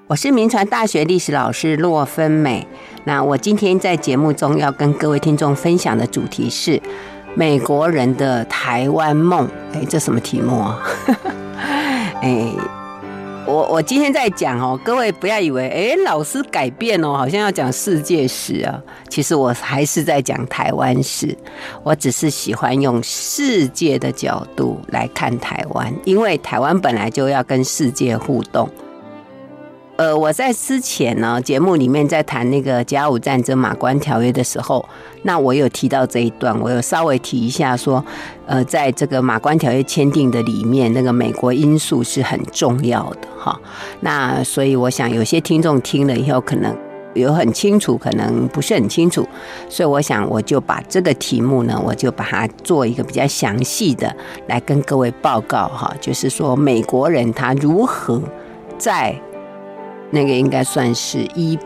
我是铭传大学历史老师骆芬美。那我今天在节目中要跟各位听众分享的主题是美国人的台湾梦。这什么题目啊？我今天在讲哦，各位不要以为老师改变哦，好像要讲世界史啊。其实我还是在讲台湾史，我只是喜欢用世界的角度来看台湾，因为台湾本来就要跟世界互动。我在之前呢节目里面在谈那个甲午战争马关条约的时候，那我有提到这一段，我有稍微提一下说，在这个马关条约签订的里面，那个美国因素是很重要的哈。那所以我想有些听众听了以后可能有很清楚，可能不是很清楚，所以我想我就把这个题目呢，我就把它做一个比较详细的来跟各位报告哈，就是说美国人他如何在那个应该算是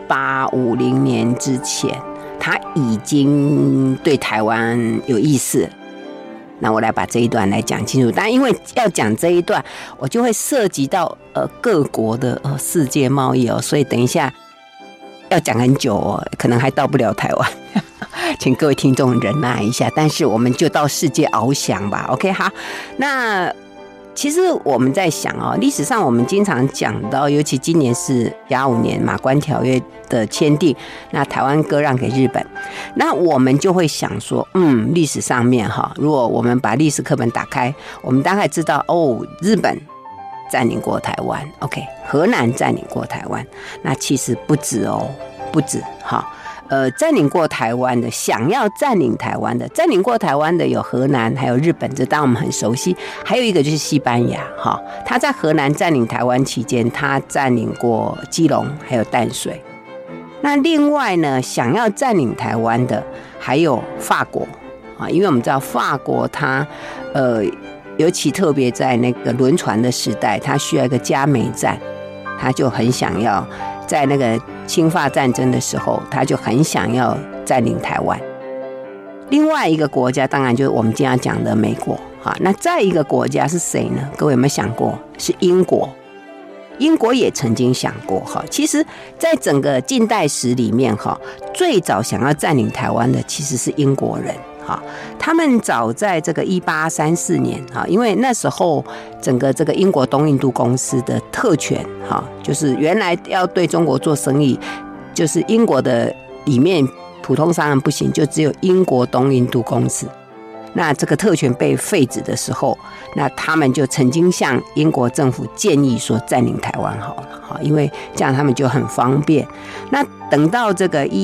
1850年之前，他已经对台湾有意思。那我来把这一段来讲清楚，但因为要讲这一段，我就会涉及到各国的世界贸易哦，所以等一下要讲很久哦，可能还到不了台湾，请各位听众忍耐一下。但是我们就到世界翱翔吧 ，OK 好，那。其实我们在想哦，历史上我们经常讲到，尤其今年是甲午年马关条约的签订，那台湾割让给日本，那我们就会想说，历史上面哈，如果我们把历史课本打开，我们大概知道哦，日本占领过台湾 ，OK， 荷兰占领过台湾，那其实不止哦，不止哈。占领过台湾的，想要占领台湾的，占领过台湾的有荷兰，还有日本，这当然我们很熟悉。还有一个就是西班牙，哈，他在荷兰占领台湾期间，他占领过基隆，还有淡水。那另外呢，想要占领台湾的还有法国啊，因为我们知道法国它尤其特别在那个轮船的时代，它需要一个加美站，他就很想要。在那个清法战争的时候，他就很想要占领台湾。另外一个国家当然就是我们今天讲的美国啊。那再一个国家是谁呢？各位有没有想过？是英国。英国也曾经想过哈。其实，在整个近代史里面哈，最早想要占领台湾的其实是英国人。他们早在这个1834年，因为那时候整个这个英国东印度公司的特权，就是原来要对中国做生意，就是英国的里面普通商人不行，就只有英国东印度公司。那这个特权被废止的时候，那他们就曾经向英国政府建议说占领台湾好了，因为这样他们就很方便。那等到这个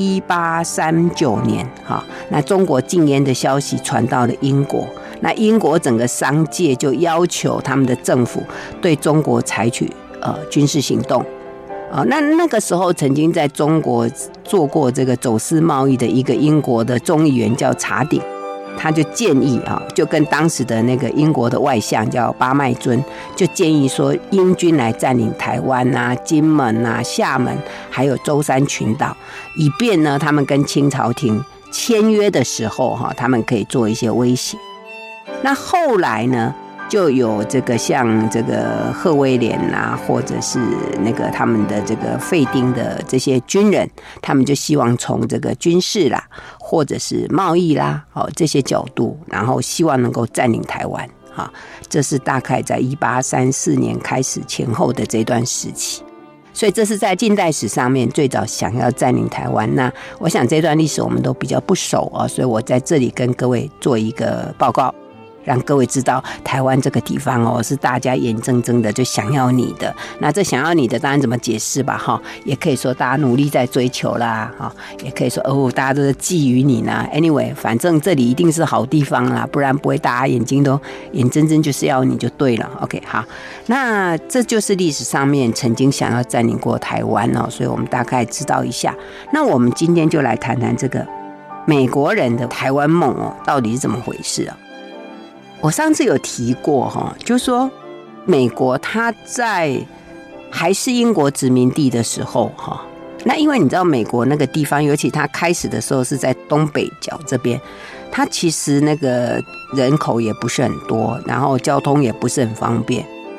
1839年，那中国禁烟的消息传到了英国，那英国整个商界就要求他们的政府对中国采取军事行动。那个时候曾经在中国做过这个走私贸易的一个英国的众议员叫查鼎。他就建议就跟当时的那个英国的外相叫巴麦尊，就建议说英军来占领台湾啊、金门啊、厦门，还有舟山群岛，以便呢他们跟清朝廷签约的时候他们可以做一些威胁。那后来呢，就有这个像这个贺威廉啊，或者是那个他们的这个费丁的这些军人，他们就希望从这个军事啦，或者是贸易啦，这些角度，然后希望能够占领台湾。这是大概在1834年开始前后的这段时期。所以这是在近代史上面最早想要占领台湾。那我想这段历史我们都比较不熟所以我在这里跟各位做一个报告。让各位知道台湾这个地方是大家眼睁睁的就想要你的。那这想要你的当然怎么解释吧也可以说大家努力在追求啦也可以说大家都在觊觎你啦。Anyway， 反正这里一定是好地方啦，不然不会大家眼睁睁就是要你就对了。OK， 好，那这就是历史上面曾经想要占领过台湾所以我们大概知道一下。那我们今天就来谈谈这个美国人的台湾梦到底是怎么回事我上次有提过就是说美国它在还是英国殖民地的时候那因为你知道美国那个地方，尤其它开始的时候是在东北角这边，它其实那个人口也不是很多，然后交通也不是很方便。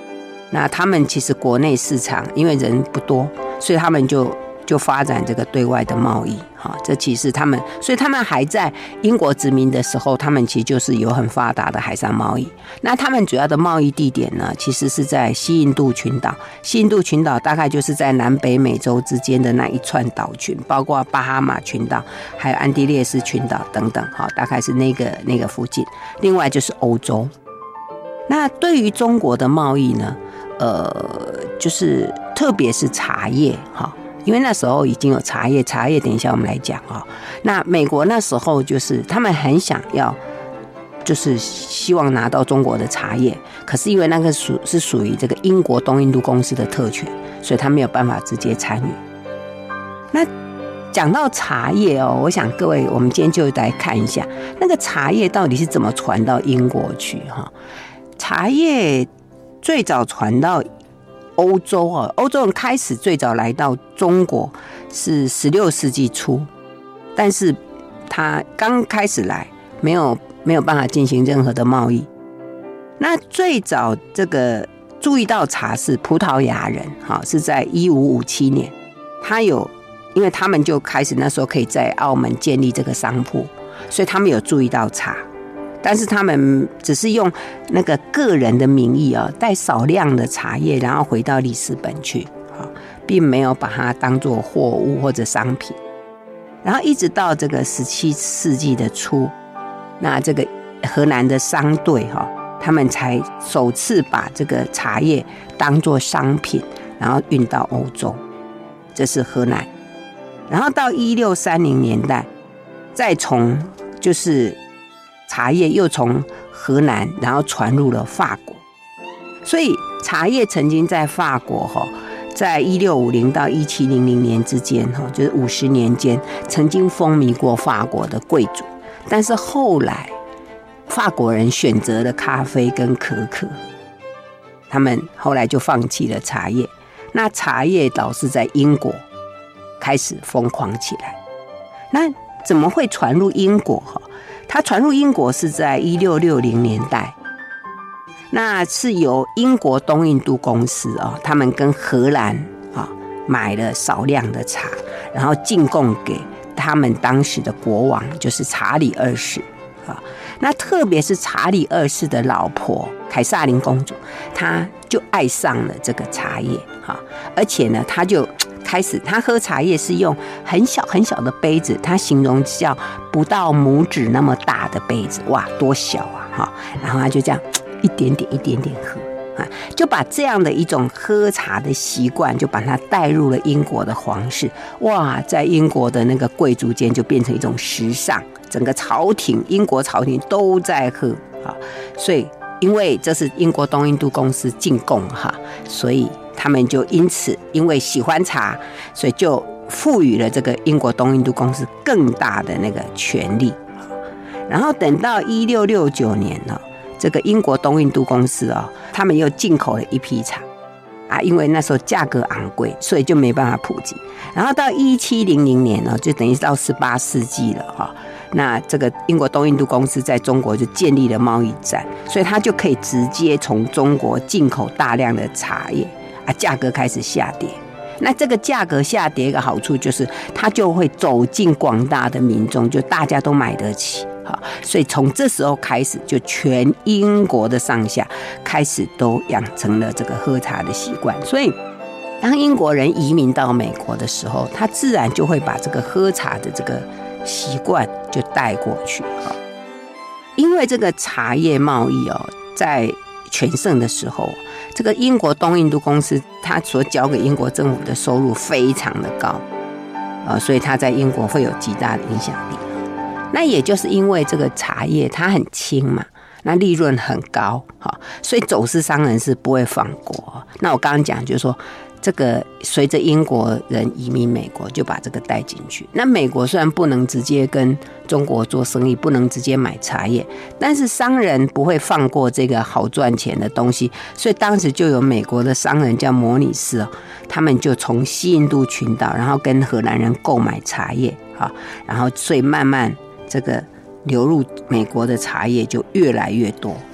那他们其实国内市场因为人不多，所以他们就发展这个对外的贸易，这其实他们，所以他们还在英国殖民的时候，他们其实就是有很发达的海上贸易。那他们主要的贸易地点呢，其实是在西印度群岛。西印度群岛大概就是在南北美洲之间的那一串岛群，包括巴哈马群岛，还有安第列斯群岛等等，大概是那个附近。另外就是欧洲。那对于中国的贸易呢，就是特别是茶叶，因为那时候已经有茶叶等一下我们来讲那美国那时候就是他们很想要，就是希望拿到中国的茶叶，可是因为那个是属于这个英国东印度公司的特权，所以他没有办法直接参与。那讲到茶叶我想各位，我们今天就来看一下那个茶叶到底是怎么传到英国去茶叶最早传到欧洲欧洲人开始最早来到中国是16世纪初，但是他刚开始来没有办法进行任何的贸易。那最早这个注意到茶是葡萄牙人是在1557年，因为他们就开始那时候可以在澳门建立这个商铺，所以他们有注意到茶，但是他们只是用那个个人的名义带少量的茶叶，然后回到里斯本去，并没有把它当作货物或者商品。然后一直到这个17世纪的初，那这个荷兰的商队他们才首次把这个茶叶当作商品，然后运到欧洲，这是荷兰。然后到1630年代，再从就是茶叶又从荷兰然后传入了法国，所以茶叶曾经在法国在1650到1700年之间就是50年间曾经风靡过法国的贵族，但是后来法国人选择了咖啡跟可可，他们后来就放弃了茶叶。那茶叶倒是在英国开始疯狂起来。那怎么会传入英国？它传入英国是在1660年代，那是由英国东印度公司他们跟荷兰买了少量的茶，然后进贡给他们当时的国王，就是查理2世。那特别是查理2世的老婆凯撒琳公主，她就爱上了这个茶叶，而且呢，她就开始，她喝茶叶是用很小很小的杯子，她形容叫不到拇指那么大的杯子，哇，多小啊！然后她就这样一点点喝。就把这样的一种喝茶的习惯，就把它带入了英国的皇室。哇，在英国的那个贵族间就变成一种时尚，整个朝廷，英国朝廷都在喝所以因为这是英国东印度公司进贡所以他们就因此因为喜欢茶，所以就赋予了这个英国东印度公司更大的那个权力。然后等到1669年这个英国东印度公司他们又进口了一批茶因为那时候价格昂贵，所以就没办法普及。然后到1700年就等于到18世纪了那这个英国东印度公司在中国就建立了贸易站，所以它就可以直接从中国进口大量的茶叶价格开始下跌。那这个价格下跌一个好处就是它就会走进广大的民众，就大家都买得起所以从这时候开始，就全英国的上下开始都养成了这个喝茶的习惯。所以当英国人移民到美国的时候，他自然就会把这个喝茶的这个习惯就带过去因为这个茶叶贸易在全盛的时候，这个英国东印度公司它所交给英国政府的收入非常的高所以它在英国会有极大的影响力。那也就是因为这个茶叶它很轻嘛，那利润很高所以走私商人是不会放过。那我刚刚讲就是说，这个随着英国人移民美国，就把这个带进去。那美国虽然不能直接跟中国做生意，不能直接买茶叶，但是商人不会放过这个好赚钱的东西，所以当时就有美国的商人叫摩里斯他们就从西印度群岛，然后跟荷兰人购买茶叶然后所以慢慢这个流入美国的茶叶就越来越多。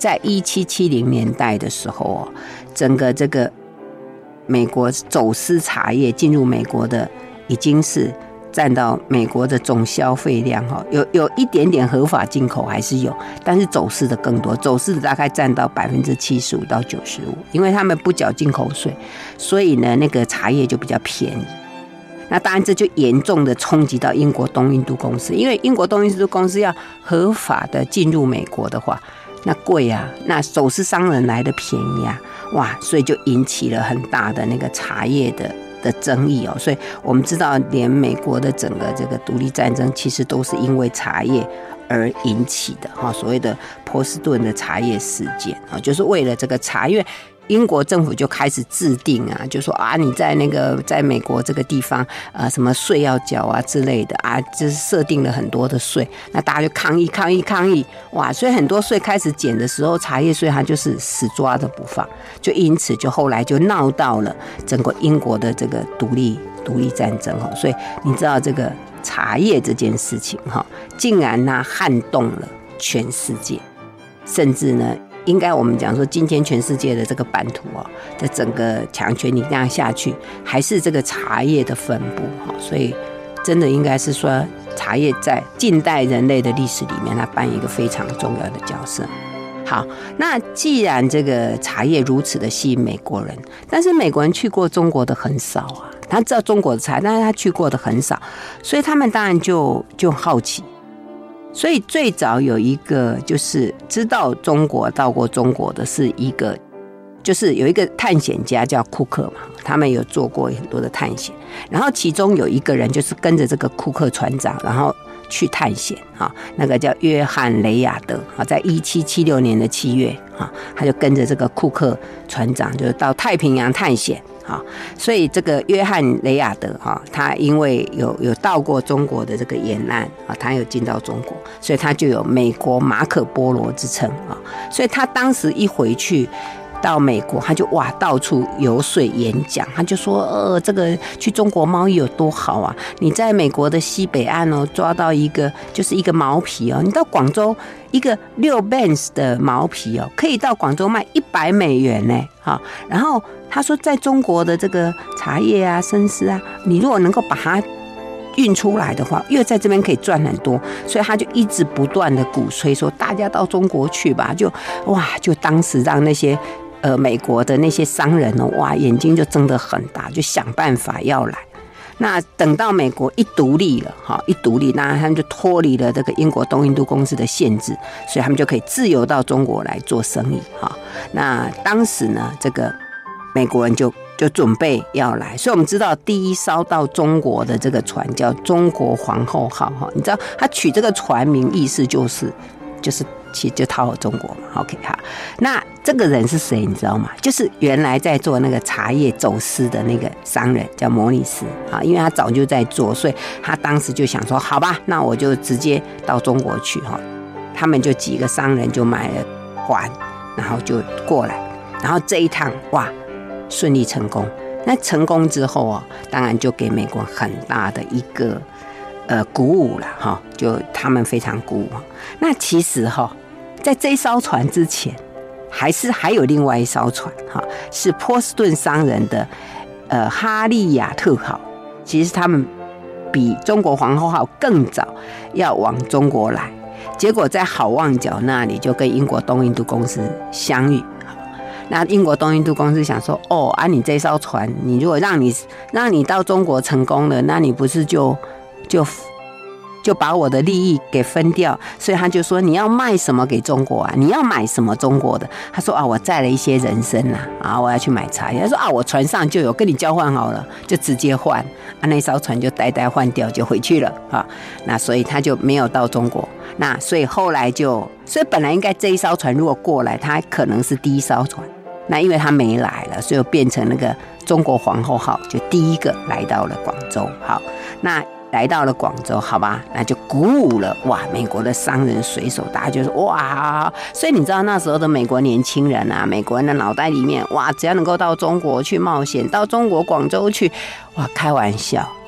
在1770年代的时候哦，整个这个美国走私茶叶进入美国的已经是占到美国的总消费量哈，有一点点合法进口还是有，但是走私的更多，走私的大概占到75%到95%，因为他们不缴进口税，所以呢那个茶叶就比较便宜。那当然这就严重的冲击到英国东印度公司，因为英国东印度公司要合法的进入美国的话，那贵啊，那走私商人来的便宜啊，哇，所以就引起了很大的那个茶叶的争议哦，所以我们知道，连美国的整个这个独立战争，其实都是因为茶叶而引起的哈，所谓的波士顿的茶叶事件啊，就是为了这个茶叶。英国政府就开始制定啊，就说啊，你在美国这个地方什么税要缴啊之类的啊，就是设定了很多的税，那大家就抗议，哇！所以很多税开始减的时候，茶叶税它就是死抓着不放，就因此就后来就闹到了整个英国的这个独立战争哈，所以你知道这个茶叶这件事情哈，竟然呢撼动了全世界，甚至呢。应该我们讲说，今天全世界的这个版图的整个强权你这样下去，还是这个茶叶的分布所以真的应该是说，茶叶在近代人类的历史里面，它扮演一个非常重要的角色。好，那既然这个茶叶如此的吸引美国人，但是美国人去过中国的很少啊，他知道中国的茶，但是他去过的很少，所以他们当然就好奇。所以最早有一个就是知道中国到过中国的是一个，就是有一个探险家叫库克嘛，他们有做过很多的探险，然后其中有一个人就是跟着这个库克船长，然后去探险那个叫约翰雷亚德在1776年的7月他就跟着这个库克船长就到太平洋探险。所以这个约翰雷亚德他因为有到过中国的这个沿岸他有进到中国，所以他就有美国马可波罗之称所以他当时一回去到美国，他就到处游说演讲，他就说这个去中国贸易有多好啊！你在美国的西北岸抓到一个就是一个毛皮你到广州一个6 Benz 的毛皮可以到广州卖$100呢然后他说在中国的这个茶叶啊、参丝啊，你如果能够把它运出来的话，因为在这边可以赚很多，所以他就一直不断的鼓吹说大家到中国去吧，就当时让那些美国的那些商人眼睛就睁得很大，就想办法要来。那等到美国一独立了那他们就脱离了这个英国东印度公司的限制，所以他们就可以自由到中国来做生意那当时呢，这个美国人就准备要来，所以我们知道第一艘到中国的这个船叫中国皇后号你知道他取这个船名意思就是其实就讨好中国嘛 ，OK 好，那这个人是谁你知道吗？就是原来在做那个茶叶走私的那个商人叫摩里斯因为他早就在做，所以他当时就想说，好吧，那我就直接到中国去他们就几个商人就买了船，然后就过来，然后这一趟顺利成功。那成功之后当然就给美国很大的一个鼓舞了就他们非常鼓舞。那其实在这一艘船之前，还有另外一艘船是波士顿商人的哈利亚特号。其实他们比中国皇后号更早要往中国来，结果在好望角那里就跟英国东印度公司相遇。那英国东印度公司想说，你这艘船，你如果让你到中国成功了，那你不是就把我的利益给分掉，所以他就说你要卖什么给中国啊？你要买什么中国的？他说我载了一些人参我要去买茶叶。他说我船上就有，跟你交换好了，就直接换那艘船就代换掉就回去了那所以他就没有到中国。那所以后来所以本来应该这一艘船如果过来，它可能是第一艘船，那因为他没来了，所以变成那个中国皇后号就第一个来到了广州。好，那来到了广州，好吧，那就鼓舞了美国的商人水手，大家就说所以你知道那时候的美国年轻人美国人的脑袋里面只要能够到中国去冒险，到中国广州去开玩笑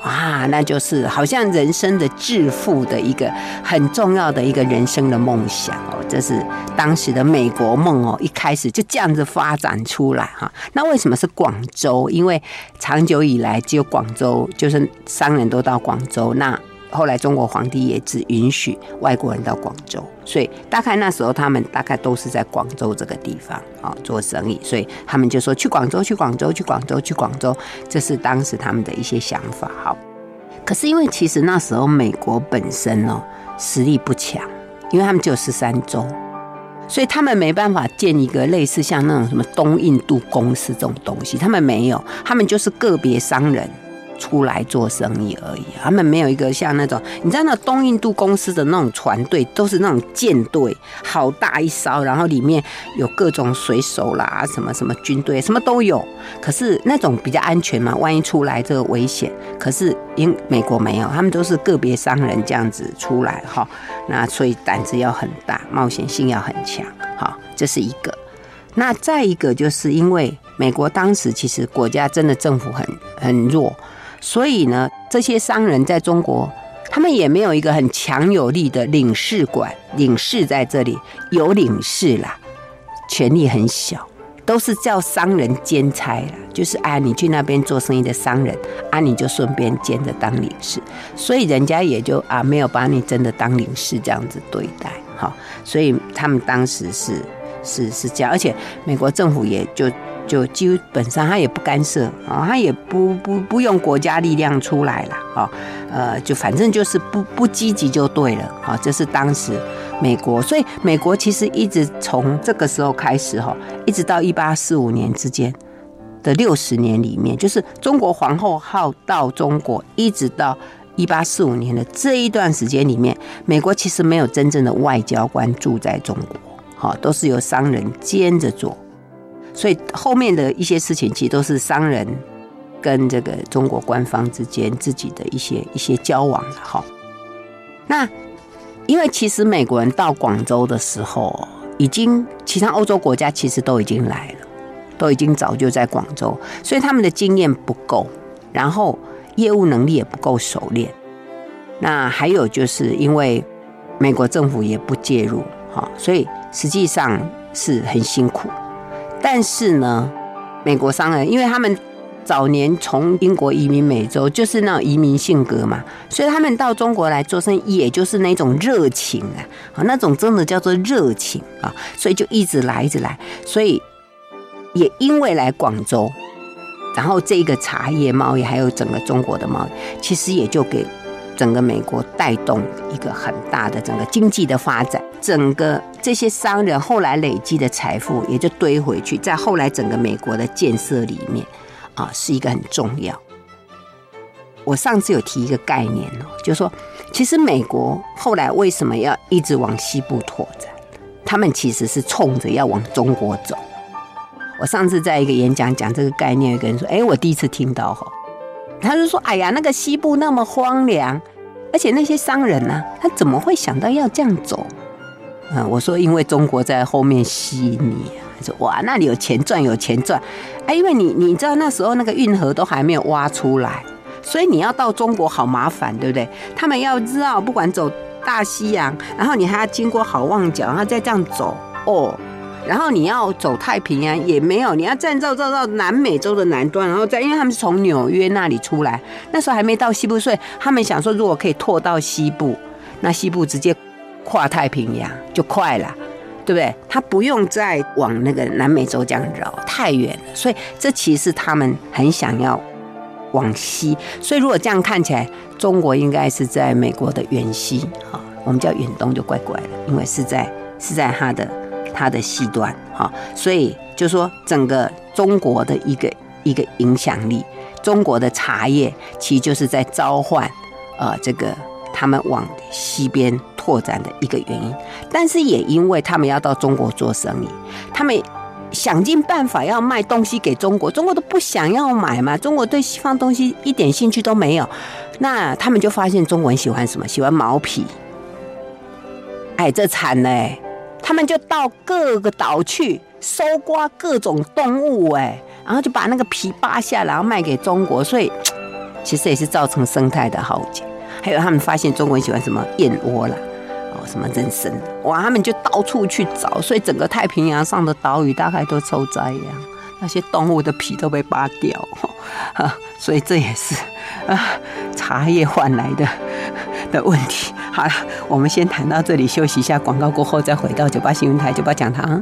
那就是好像人生的致富的一个很重要的一个人生的梦想哦，这是当时的美国梦哦，一开始就这样子发展出来哈。那为什么是广州？因为长久以来只有广州，就是商人都到广州，那后来中国皇帝也只允许外国人到广州，所以大概那时候他们大概都是在广州这个地方做生意，所以他们就说去广州，去广州，去广州，去广州，这是当时他们的一些想法。好，可是因为其实那时候美国本身实力不强，因为他们只有13州，所以他们没办法建一个类似像那种什么东印度公司这种东西，他们没有，他们就是个别商人出来做生意而已，他们没有一个像那种你知道那东印度公司的那种船队都是那种舰队，好大一艘，然后里面有各种水手啦，什么什么军队，什么都有。可是那种比较安全嘛，万一出来这个危险。可是因美国没有，他们都是个别商人这样子出来哈，那所以胆子要很大，冒险性要很强，好，这是一个。那再一个就是因为美国当时其实国家真的政府很弱。所以呢，这些商人在中国，他们也没有一个很强有力的领事馆，领事在这里有领事啦，权力很小，都是叫商人兼差啦，就是你去那边做生意的商人你就顺便兼着当领事，所以人家也就没有把你真的当领事这样子对待，所以他们当时是这样，而且美国政府也就基本上他也不干涉他也不用国家力量出来了就反正就是不积极就对了这是当时美国，所以美国其实一直从这个时候开始一直到1845年之间的60年里面，就是中国皇后号到中国，一直到1845年的这一段时间里面，美国其实没有真正的外交官住在中国都是由商人兼着做。所以后面的一些事情其实都是商人跟这个中国官方之间自己的一些交往了那因为其实美国人到广州的时候，已经其他欧洲国家其实都已经来了，都已经早就在广州，所以他们的经验不够，然后业务能力也不够熟练。那还有就是因为美国政府也不介入所以实际上是很辛苦。但是呢，美国商人因为他们早年从英国移民美洲，就是那种移民性格嘛，所以他们到中国来做生意，也就是那种热情那种真的叫做热情所以就一直来，所以也因为来广州，然后这个茶叶贸易还有整个中国的贸易，其实也就给整个美国带动一个很大的整个经济的发展，整个这些商人后来累积的财富也就堆回去，在后来整个美国的建设里面是一个很重要。我上次有提一个概念就是说其实美国后来为什么要一直往西部拓展，他们其实是冲着要往中国走。我上次在一个演讲讲这个概念，有个人说我第一次听到他就说哎呀，那个西部那么荒凉，而且那些商人他怎么会想到要这样走我说因为中国在后面吸引你说哇那里有钱赚因为你知道那时候那个运河都还没有挖出来，所以你要到中国好麻烦，对不对？他们要绕，不管走大西洋，然后你还要经过好望角，然后再这样走然后你要走太平洋也没有，你要再绕南美洲的南端，然后再因为他们是从纽约那里出来，那时候还没到西部，所以他们想说如果可以拓到西部，那西部直接跨太平洋就快了，对不对？他不用再往那个南美洲这样绕，太远了。所以这其实他们很想要往西，所以如果这样看起来，中国应该是在美国的远西我们叫远东就怪怪的，因为是在它的西端所以就说整个中国的一个影响力，中国的茶叶其实就是在召唤这个他们往西边拓展的一个原因。但是也因为他们要到中国做生意，他们想尽办法要卖东西给中国，中国都不想要买嘛，中国对西方东西一点兴趣都没有，那他们就发现中国人喜欢什么？喜欢毛皮。这惨了他们就到各个岛去搜刮各种动物然后就把那个皮扒下来，然后卖给中国，所以其实也是造成生态的浩劫。还有他们发现中国人喜欢什么燕窝啦，什么人参，哇，他们就到处去找，所以整个太平洋上的岛屿大概都受灾一样，那些动物的皮都被扒掉，所以这也是茶叶换来的问题。好了，我们先谈到这里，休息一下，广告过后再回到98新闻台98讲堂。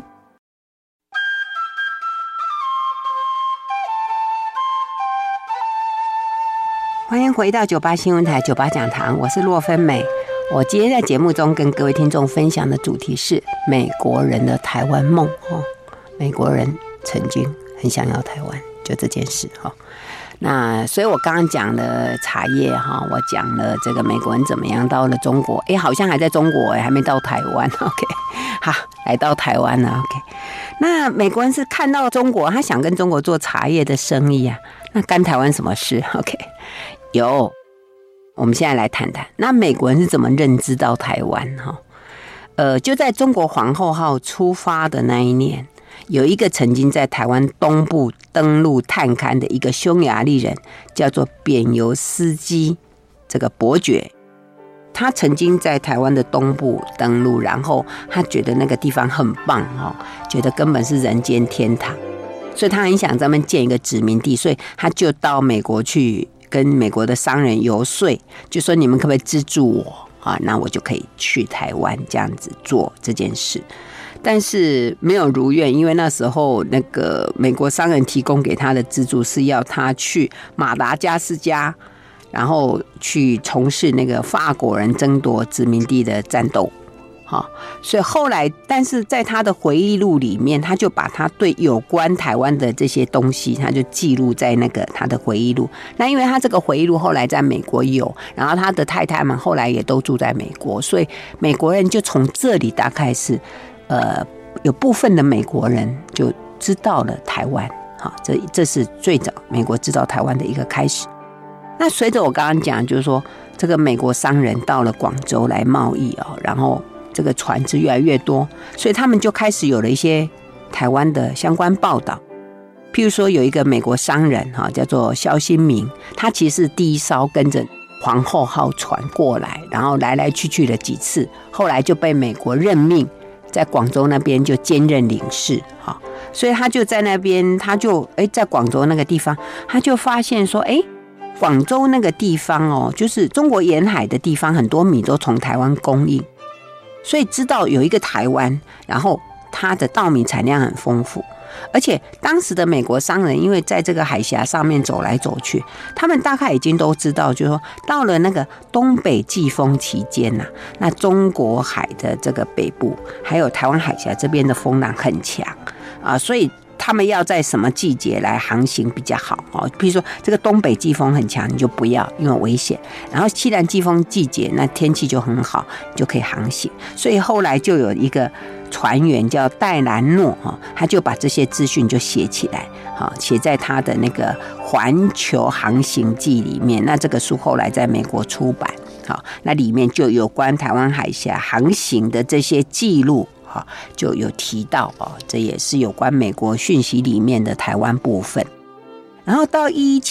欢迎回到98新闻台98讲堂，我是洛芬美。我今天在节目中跟各位听众分享的主题是美国人的台湾梦。美国人曾经很想要台湾，就这件事。那所以我刚刚讲了茶叶，我讲了这个美国人怎么样到了中国，好像还在中国，还没到台湾。 OK， 好，来到台湾了。 OK， 那美国人是看到中国，他想跟中国做茶叶的生意啊，那干台湾什么事？ OK， 有，我们现在来谈谈，那美国人是怎么认知到台湾？就在中国皇后号出发的那一年，有一个曾经在台湾东部登陆探勘的一个匈牙利人，叫做扁尤斯基这个伯爵。他曾经在台湾的东部登陆，然后他觉得那个地方很棒，觉得根本是人间天堂，所以他很想在那边建一个殖民地，所以他就到美国去跟美国的商人游说，就说你们可不可以资助我啊？那我就可以去台湾这样子做这件事。但是没有如愿，因为那时候那个美国商人提供给他的资助是要他去马达加斯加，然后去从事那个法国人争夺殖民地的战斗。所以后来，但是在他的回忆录里面，他就把他对有关台湾的这些东西，他就记录在那个他的回忆录。那因为他这个回忆录后来在美国有，然后他的太太们后来也都住在美国，所以美国人就从这里大概是有部分的美国人就知道了台湾。这是最早美国知道台湾的一个开始。那随着我刚刚讲，就是说这个美国商人到了广州来贸易，然后这个船只越来越多，所以他们就开始有了一些台湾的相关报道。譬如说有一个美国商人叫做萧新明，他其实是第一艘跟着皇后号船过来，然后来来去去了几次，后来就被美国任命在广州那边就兼任领事。所以他就在那边，他就在广州那个地方，他就发现说广州那个地方就是中国沿海的地方，很多米都从台湾供应，所以知道有一个台湾，然后它的稻米产量很丰富。而且当时的美国商人因为在这个海峡上面走来走去，他们大概已经都知道，就是说到了那个东北季风期间那中国海的这个北部还有台湾海峡这边的风浪很强所以他们要在什么季节来航行比较好比如说这个东北季风很强，你就不要，因为危险。然后西南季风季节，那天气就很好，你就可以航行。所以后来就有一个船员叫戴兰诺他就把这些资讯就写起来，写在他的那个《环球航行记》里面。那这个书后来在美国出版，那里面就有关台湾海峡航行的这些记录就有提到这也是有关美国讯息里面的台湾部分。然后到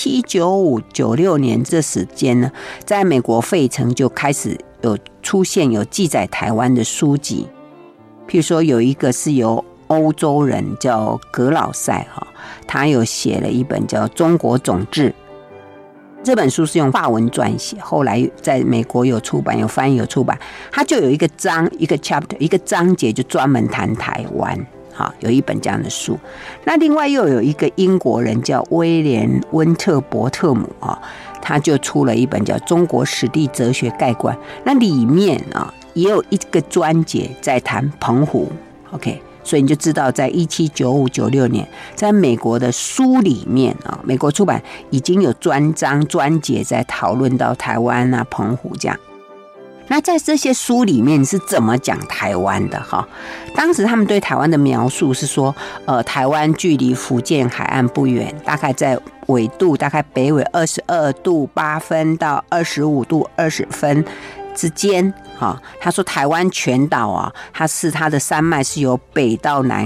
1795、96年这时间呢，在美国费城就开始有出现有记载台湾的书籍，譬如说有一个是由欧洲人叫格老塞他有写了一本叫《中国种志》，这本书是用法文撰写，后来在美国有出版，有翻译，有出版。它就有一个章，一个 chapter， 一个章节就专门谈台湾，有一本这样的书。那另外又有一个英国人叫威廉·温特伯特姆他就出了一本叫《中国史地哲学概观》，那里面也有一个专节在谈澎湖。 OK，所以你就知道在1795、96年在美国的书里面美国出版已经有专章专节在讨论到台湾澎湖这样。那在这些书里面是怎么讲台湾的当时他们对台湾的描述是说台湾距离福建海岸不远，大概在纬度大概北纬22度8分到25度20分之间。他说台湾全岛它的山脉是由北到南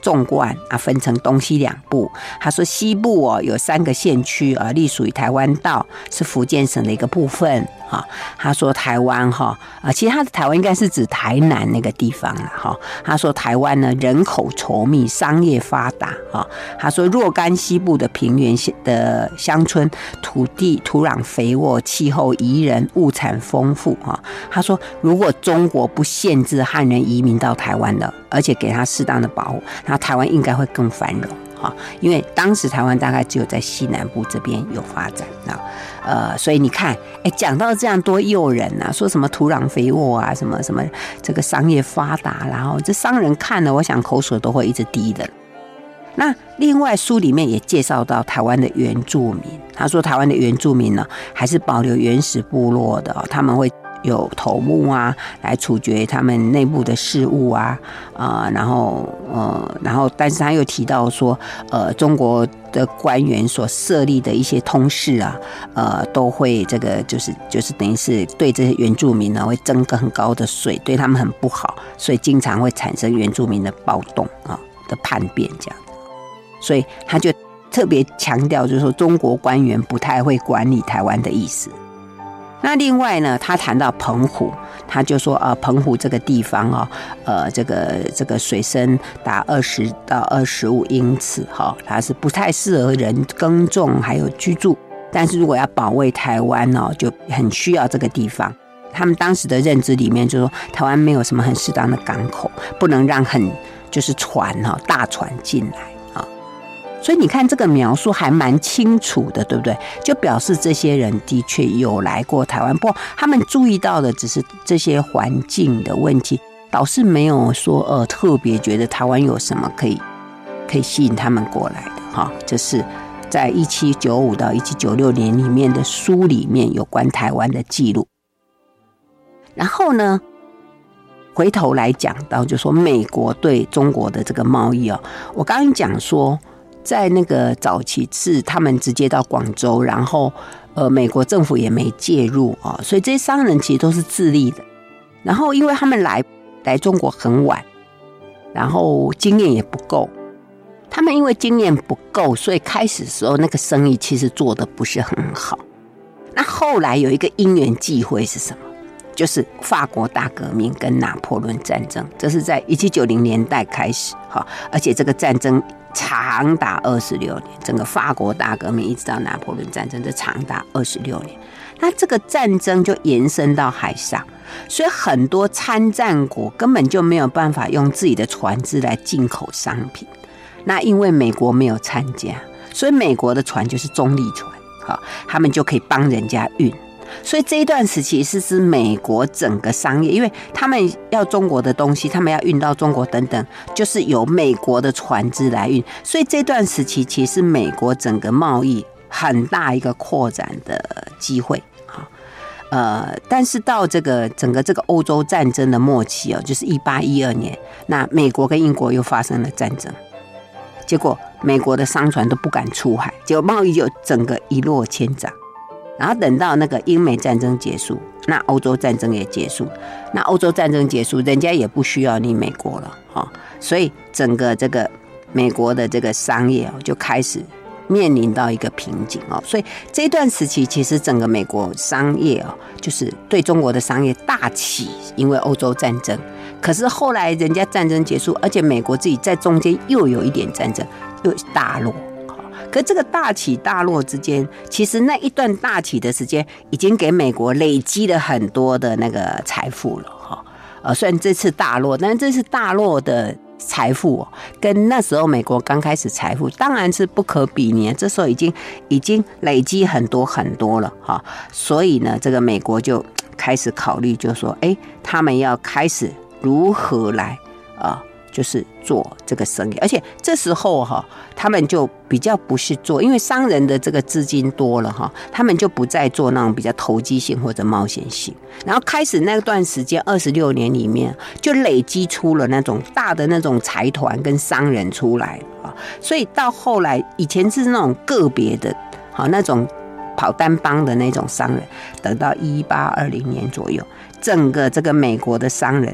纵贯啊，分成东西两部。他说西部有3个县区啊，隶属于台湾道，是福建省的一个部分啊。他说台湾其实他的台湾应该是指台南那个地方了哈。他说台湾呢人口稠密，商业发达啊。他说若干西部的平原的乡村，土地土壤肥沃，气候宜人，物产丰富啊。他说如果中国不限制汉人移民到台湾的，而且给他适当的保护，那台湾应该会更繁荣啊。因为当时台湾大概只有在西南部这边有发展啊。所以你看，讲到这样多诱人啊，说什么土壤肥沃啊，什么什么这个商业发达，然后这商人看了，我想口水都会一直滴的。那另外书里面也介绍到台湾的原住民，他说台湾的原住民呢，还是保留原始部落的他们会有头目啊，来处决他们内部的事务啊，然后，但是他又提到说，中国的官员所设立的一些通事啊，都会这个就是等于是对这些原住民呢，会征个很高的税，对他们很不好，所以经常会产生原住民的暴动的叛变这样。所以他就特别强调，就是说中国官员不太会管理台湾的意思。那另外呢，他谈到澎湖，他就说澎湖这个地方这个水深达20到25英尺它是不太适合人耕种还有居住，但是如果要保卫台湾就很需要这个地方。他们当时的认知里面就说，台湾没有什么很适当的港口，不能让就是船大船进来。所以你看这个描述还蛮清楚的，对不对？就表示这些人的确有来过台湾，不过他们注意到的只是这些环境的问题，倒是没有说特别觉得台湾有什么可以吸引他们过来的这是在1795到1796年里面的书里面有关台湾的记录。然后呢，回头来讲到就说美国对中国的这个贸易我刚刚讲说，在那个早期是他们直接到广州，然后美国政府也没介入所以这些商人其实都是自立的。然后因为他们来中国很晚，然后经验也不够，他们因为经验不够，所以开始的时候那个生意其实做得不是很好。那后来有一个因缘际会是什么？就是法国大革命跟拿破仑战争，这是在1790年代开始而且这个战争长达26年，整个法国大革命一直到拿破仑战争，这长达26年。那这个战争就延伸到海上，所以很多参战国根本就没有办法用自己的船只来进口商品。那因为美国没有参加，所以美国的船就是中立船，他们就可以帮人家运。所以这一段时期是指美国整个商业，因为他们要中国的东西，他们要运到中国等等，就是由美国的船只来运。所以这段时期其实美国整个贸易很大一个扩展的机会。但是到整个这个欧洲战争的末期就是1812年，那美国跟英国又发生了战争，结果美国的商船都不敢出海，结果贸易就整个一落千丈。然后等到那个英美战争结束，那欧洲战争也结束，那欧洲战争结束，人家也不需要你美国了所以整个这个美国的这个商业就开始面临到一个瓶颈所以这段时期其实整个美国商业就是对中国的商业大起，因为欧洲战争。可是后来人家战争结束，而且美国自己在中间又有一点战争，又大落。可这个大起大落之间，其实那一段大起的时间已经给美国累积了很多的那个财富了虽然这次大落，但是这次大落的财富跟那时候美国刚开始财富当然是不可比拟，这时候已经累积很多很多了所以呢，这个美国就开始考虑，就说他们要开始如何来就是做这个生意。而且这时候他们就比较不是做，因为商人的这个资金多了他们就不再做那种比较投机性或者冒险性，然后开始那段时间26年里面就累积出了那种大的那种财团跟商人出来所以到后来以前是那种个别的那种跑单帮的那种商人，等到1820年左右，整个这个美国的商人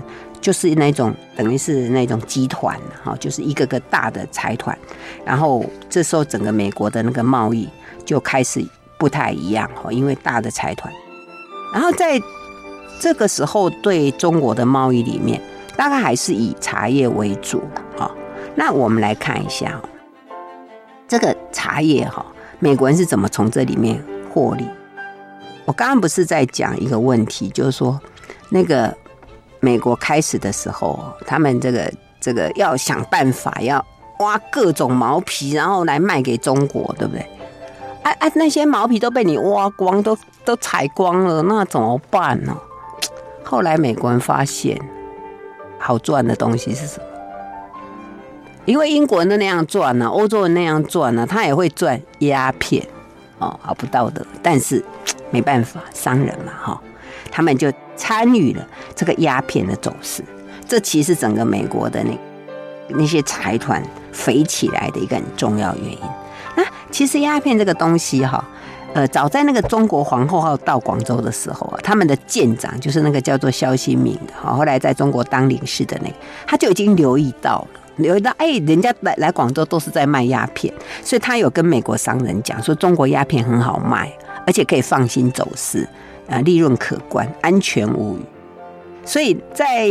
就是那种等于是那种集团，就是一个个大的财团，然后这时候整个美国的那个贸易就开始不太一样，因为大的财团，然后在这个时候对中国的贸易里面，大概还是以茶叶为主。那我们来看一下这个茶叶，美国人是怎么从这里面获利。我刚刚不是在讲一个问题，就是说那个美国开始的时候，他们这个要想办法要挖各种毛皮，然后来卖给中国，对不对？那些毛皮都被你挖光，都采光了，那怎么办呢？后来美国人发现好赚的东西是什么？因为英国人都那样赚啊，欧洲人那样赚啊，他也会赚鸦片好不道德，但是没办法，商人嘛他们就参与了这个鸦片的走私，这其实整个美国的那些财团肥起来的一个很重要原因。那其实鸦片这个东西早在那个中国皇后号到广州的时候他们的舰长就是那个叫做萧新民的后来在中国当领事的那个，他就已经留意到人家来广州都是在卖鸦片，所以他有跟美国商人讲说，中国鸦片很好卖，而且可以放心走私，利润可观，安全无虞。所以在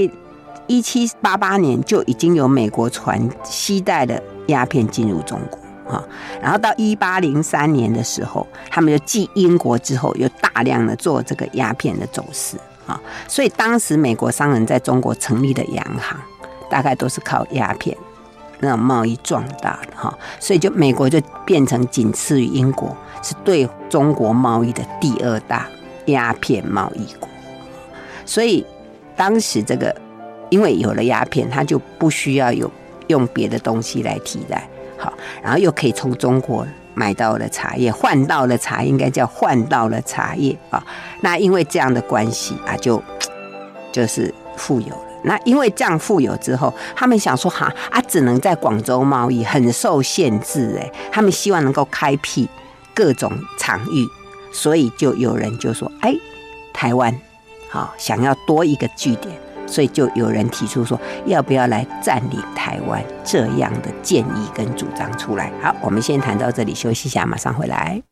1788年就已经有美国船携带了鸦片进入中国。然后到1803年的时候，他们就继英国之后，有大量的做这个鸦片的走私所以当时美国商人在中国成立的洋行，大概都是靠鸦片那种贸易壮大的所以就美国就变成仅次于英国，是对中国贸易的第2大鸦片贸易国。所以当时这个因为有了鸦片，它就不需要用别的东西来替代。好，然后又可以从中国买到了茶叶，换到了茶叶，应该叫换到了茶叶那因为这样的关系就是富有了。那因为这样富有之后，他们想说只能在广州贸易，很受限制他们希望能够开辟各种场域，所以就有人就说台湾想要多一个据点，所以就有人提出说要不要来占领台湾这样的建议跟主张出来。好，我们先谈到这里，休息一下，马上回来。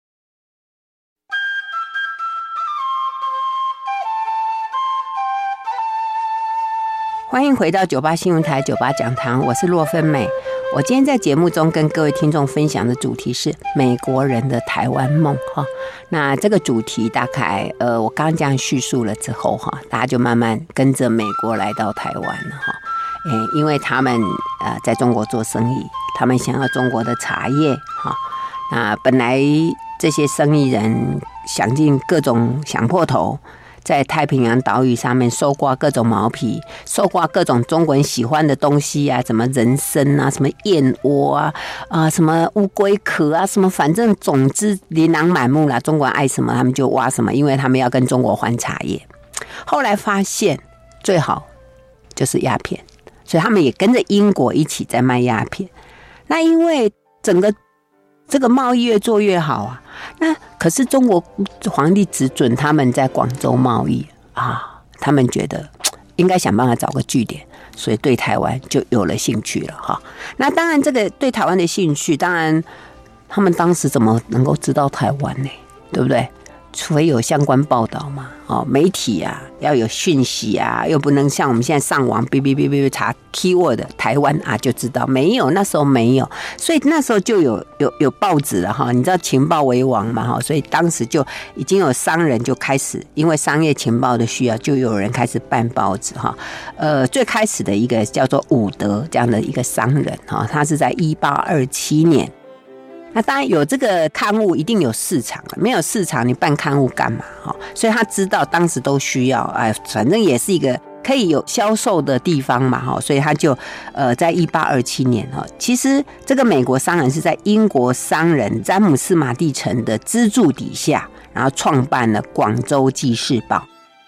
欢迎回到98新闻台98讲堂，我是洛芬美。我今天在节目中跟各位听众分享的主题是美国人的台湾梦那这个主题大概我刚刚这样叙述了之后大家就慢慢跟着美国来到台湾了因为他们在中国做生意，他们想要中国的茶叶那本来这些生意人想尽各种想破头，在太平洋岛屿上面搜刮各种毛皮，搜刮各种中国人喜欢的东西什么人参什么燕窝什么乌龟壳什么，反正总之琳琅满目啦，中国人爱什么他们就挖什么，因为他们要跟中国换茶叶。后来发现最好就是鸦片，所以他们也跟着英国一起在卖鸦片。那因为整个这个贸易越做越好那可是中国皇帝只准他们在广州贸易他们觉得应该想办法找个据点，所以对台湾就有了兴趣了那当然这个对台湾的兴趣，当然他们当时怎么能够知道台湾呢？对不对？除非有相关报道嘛，媒体要有讯息又不能像我们现在上网查 keyword 台湾就知道，没有，那时候没有，所以那时候就有报纸了你知道情报为王嘛所以当时就已经有商人就开始因为商业情报的需要，就有人开始办报纸最开始的一个叫做伍德这样的一个商人他是在1827年。那当然有这个刊物一定有市场，没有市场你办刊物干嘛所以他知道当时都需要反正也是一个可以有销售的地方嘛所以他就在1827年其实这个美国商人是在英国商人詹姆斯马蒂城的资助底下，然后创办了广州记事报。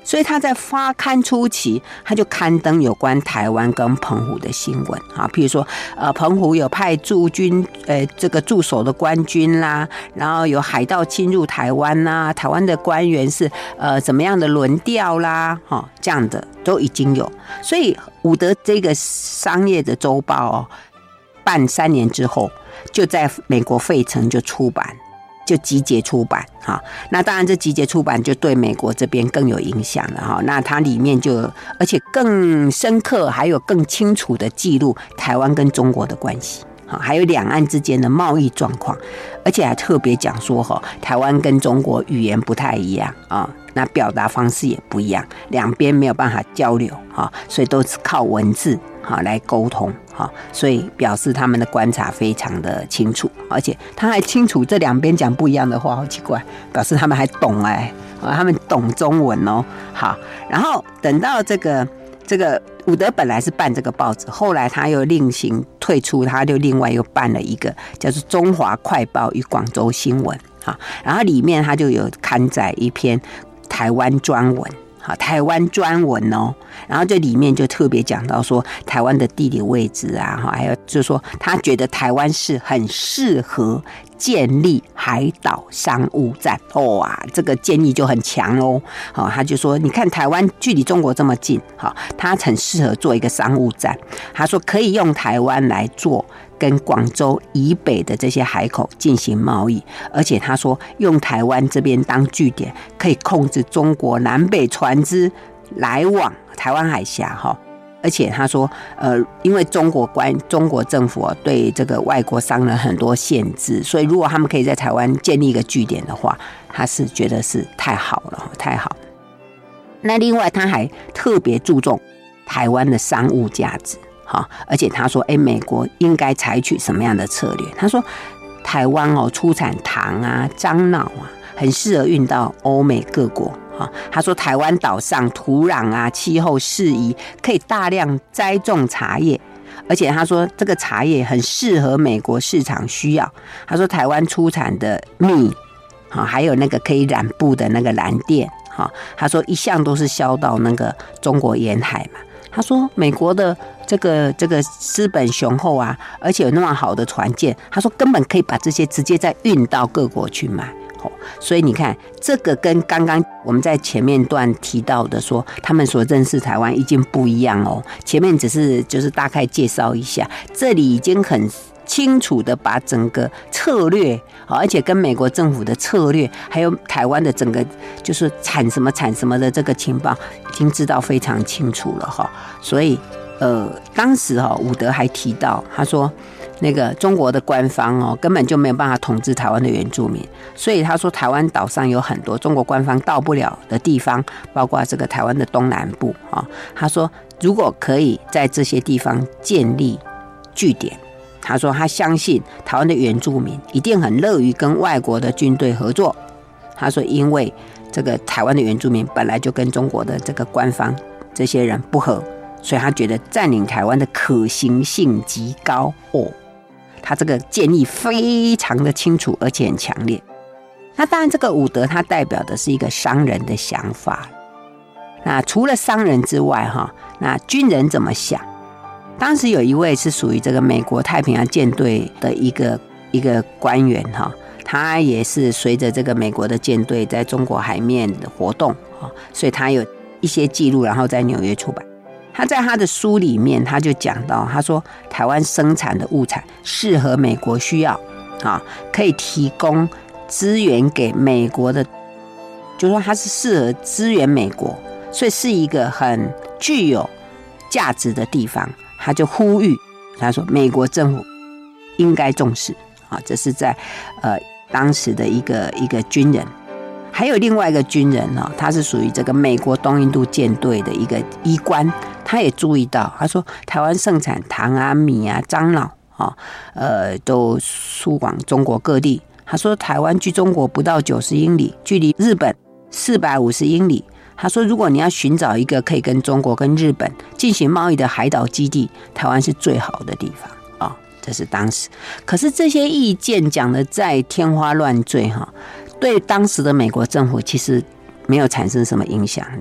所以他在发刊初期，他就刊登有关台湾跟澎湖的新闻啊，譬如说，澎湖有派驻军，这个驻守的官军啦，然后有海盗侵入台湾啦，台湾的官员是怎么样的轮调啦，这样的都已经有。所以伍德这个商业的周报哦，办3年之后，就在美国费城就出版。就集结出版哈，那当然这集结出版就对美国这边更有影响了哈。那它里面就而且更深刻，还有更清楚的记录台湾跟中国的关系，还有两岸之间的贸易状况，而且还特别讲说哈，台湾跟中国语言不太一样啊，那表达方式也不一样，两边没有办法交流哈，所以都是靠文字来沟通。所以表示他们的观察非常的清楚，而且他还清楚这两边讲不一样的话，好奇怪，表示他们还懂他们懂中文哦。好，然后等到这个伍德本来是办这个报纸，后来他又另行退出，他就另外又办了一个叫做《中华快报与广州新闻》然后里面他就有刊载一篇台湾专文。台湾专文哦，然后这里面就特别讲到说台湾的地理位置啊，还有就是说他觉得台湾是很适合建立海岛商务站这个建议就很强哦。他就说你看台湾距离中国这么近，他很适合做一个商务站。他说可以用台湾来做跟广州以北的这些海口进行贸易，而且他说用台湾这边当据点，可以控制中国南北船只来往台湾海峡而且他说因为中国政府对这个外国商人很多限制，所以如果他们可以在台湾建立一个据点的话，他是觉得是太好了，太好。那另外他还特别注重台湾的商务价值，而且他说美国应该采取什么样的策略。他说台湾出产糖啊、樟脑啊，很适合运到欧美各国。他说台湾岛上土壤啊、气候适宜，可以大量栽种茶叶，而且他说这个茶叶很适合美国市场需要。他说台湾出产的米还有那个可以染布的那个蓝靛，他说一向都是销到那个中国沿海嘛。他说美国的这个资本雄厚啊，而且有那么好的船舰，他说根本可以把这些直接再运到各国去卖。所以你看，这个跟刚刚我们在前面段提到的说他们所认识台湾已经不一样哦。前面只是就是大概介绍一下，这里已经很清楚的把整个策略，而且跟美国政府的策略，还有台湾的整个就是产什么的这个情报，已经知道非常清楚了哈。所以当时伍德还提到，他说那个中国的官方根本就没有办法统治台湾的原住民，所以他说台湾岛上有很多中国官方到不了的地方，包括这个台湾的东南部他说如果可以在这些地方建立据点，他说他相信台湾的原住民一定很乐于跟外国的军队合作。他说因为这个台湾的原住民本来就跟中国的这个官方这些人不合，所以他觉得占领台湾的可行性极高他这个建议非常的清楚，而且很强烈。那当然这个伍德他代表的是一个商人的想法，那除了商人之外那军人怎么想？当时有一位是属于这个美国太平洋舰队的一个官员他也是随着这个美国的舰队在中国海面的活动所以他有一些记录，然后在纽约出版。他在他的书里面他就讲到，他说台湾生产的物产适合美国需要可以提供资源给美国的，就是说它是适合支援美国，所以是一个很具有价值的地方。他就呼吁，他说美国政府应该重视这是在当时的一个军人。还有另外一个军人他是属于这个美国东印度舰队的一个医官，他也注意到，他说台湾盛产糖啊、米啊、樟脑都输往中国各地。他说台湾距中国不到90英里，距离日本450英里。他说如果你要寻找一个可以跟中国跟日本进行贸易的海岛基地，台湾是最好的地方这是当时。可是这些意见讲的再天花乱坠对当时的美国政府其实没有产生什么影响力。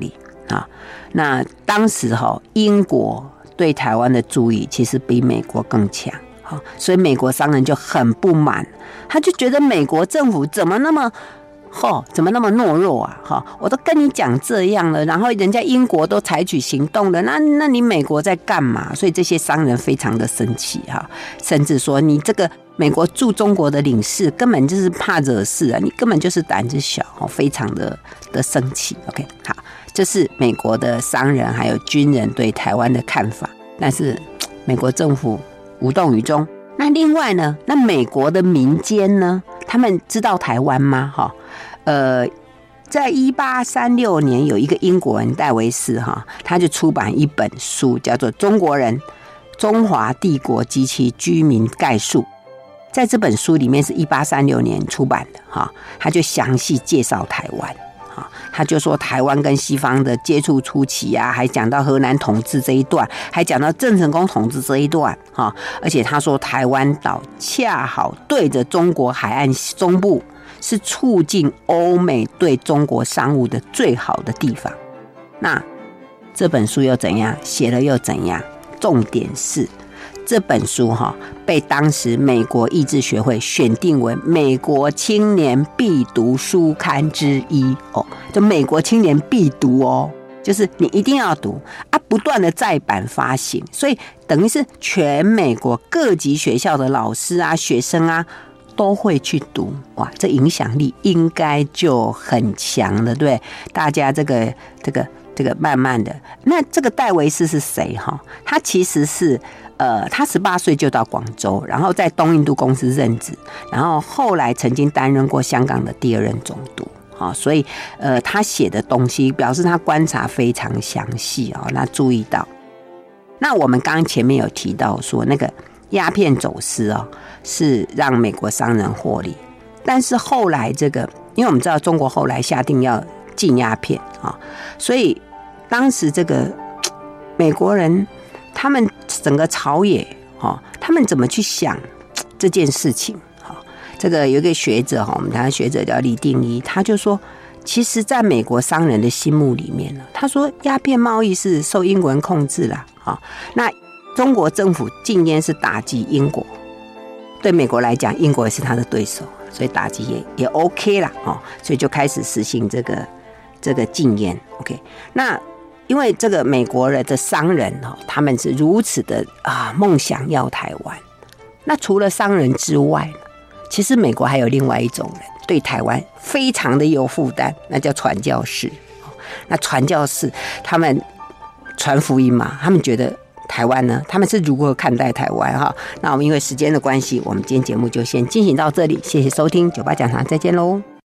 啊。那当时英国对台湾的注意其实比美国更强，所以美国商人就很不满，他就觉得美国政府怎么那么懦弱啊！我都跟你讲这样了，然后人家英国都采取行动了，那你美国在干嘛？所以这些商人非常的生气哈，甚至说你这个美国驻中国的领事根本就是怕惹事啊，你根本就是胆子小，非常的生气。OK， 好，这是美国的商人还有军人对台湾的看法，但是美国政府无动于衷。那另外呢，那美国的民间呢，他们知道台湾吗？在1836年，有一个英国人戴维斯他就出版一本书，叫做《中国人：中华帝国及其居民概述》。在这本书里面是1836年出版的他就详细介绍台湾。他就说台湾跟西方的接触初期啊，还讲到荷兰统治这一段，还讲到郑成功统治这一段而且他说台湾岛恰好对着中国海岸中部，是促进欧美对中国商务的最好的地方。那这本书又怎样？写了又怎样？重点是这本书被当时美国译制学会选定为美国青年必读书刊之一就美国青年必读就是你一定要读不断的再版发行，所以等于是全美国各级学校的老师啊、学生啊都会去读。哇，这影响力应该就很强了，对？大家这个慢慢的，那这个戴维斯是谁他其实是他18岁就到广州，然后在东印度公司任职，然后后来曾经担任过香港的第2任总督。所以他写的东西表示他观察非常详细那注意到，那我们刚刚前面有提到说那个鸦片走私是让美国商人获利，但是后来这个，因为我们知道中国后来下定要禁鸦片所以当时这个美国人他们整个朝野他们怎么去想这件事情？这个有一个学者我们台湾学者叫李定一，他就说，其实在美国商人的心目里面呢，他说鸦片贸易是受英国人控制啦那中国政府禁烟是打击英国，对美国来讲，英国也是他的对手，所以打击也 OK 啦所以就开始实行这个禁烟 OK。那因为这个美国人的商人他们是如此的梦想要台湾，那除了商人之外，其实美国还有另外一种人对台湾非常的有负担，那叫传教士。那传教士他们传福音嘛，他们觉得台湾呢，他们是如何看待台湾那我们因为时间的关系，我们今天节目就先进行到这里，谢谢收听98讲堂，再见喽。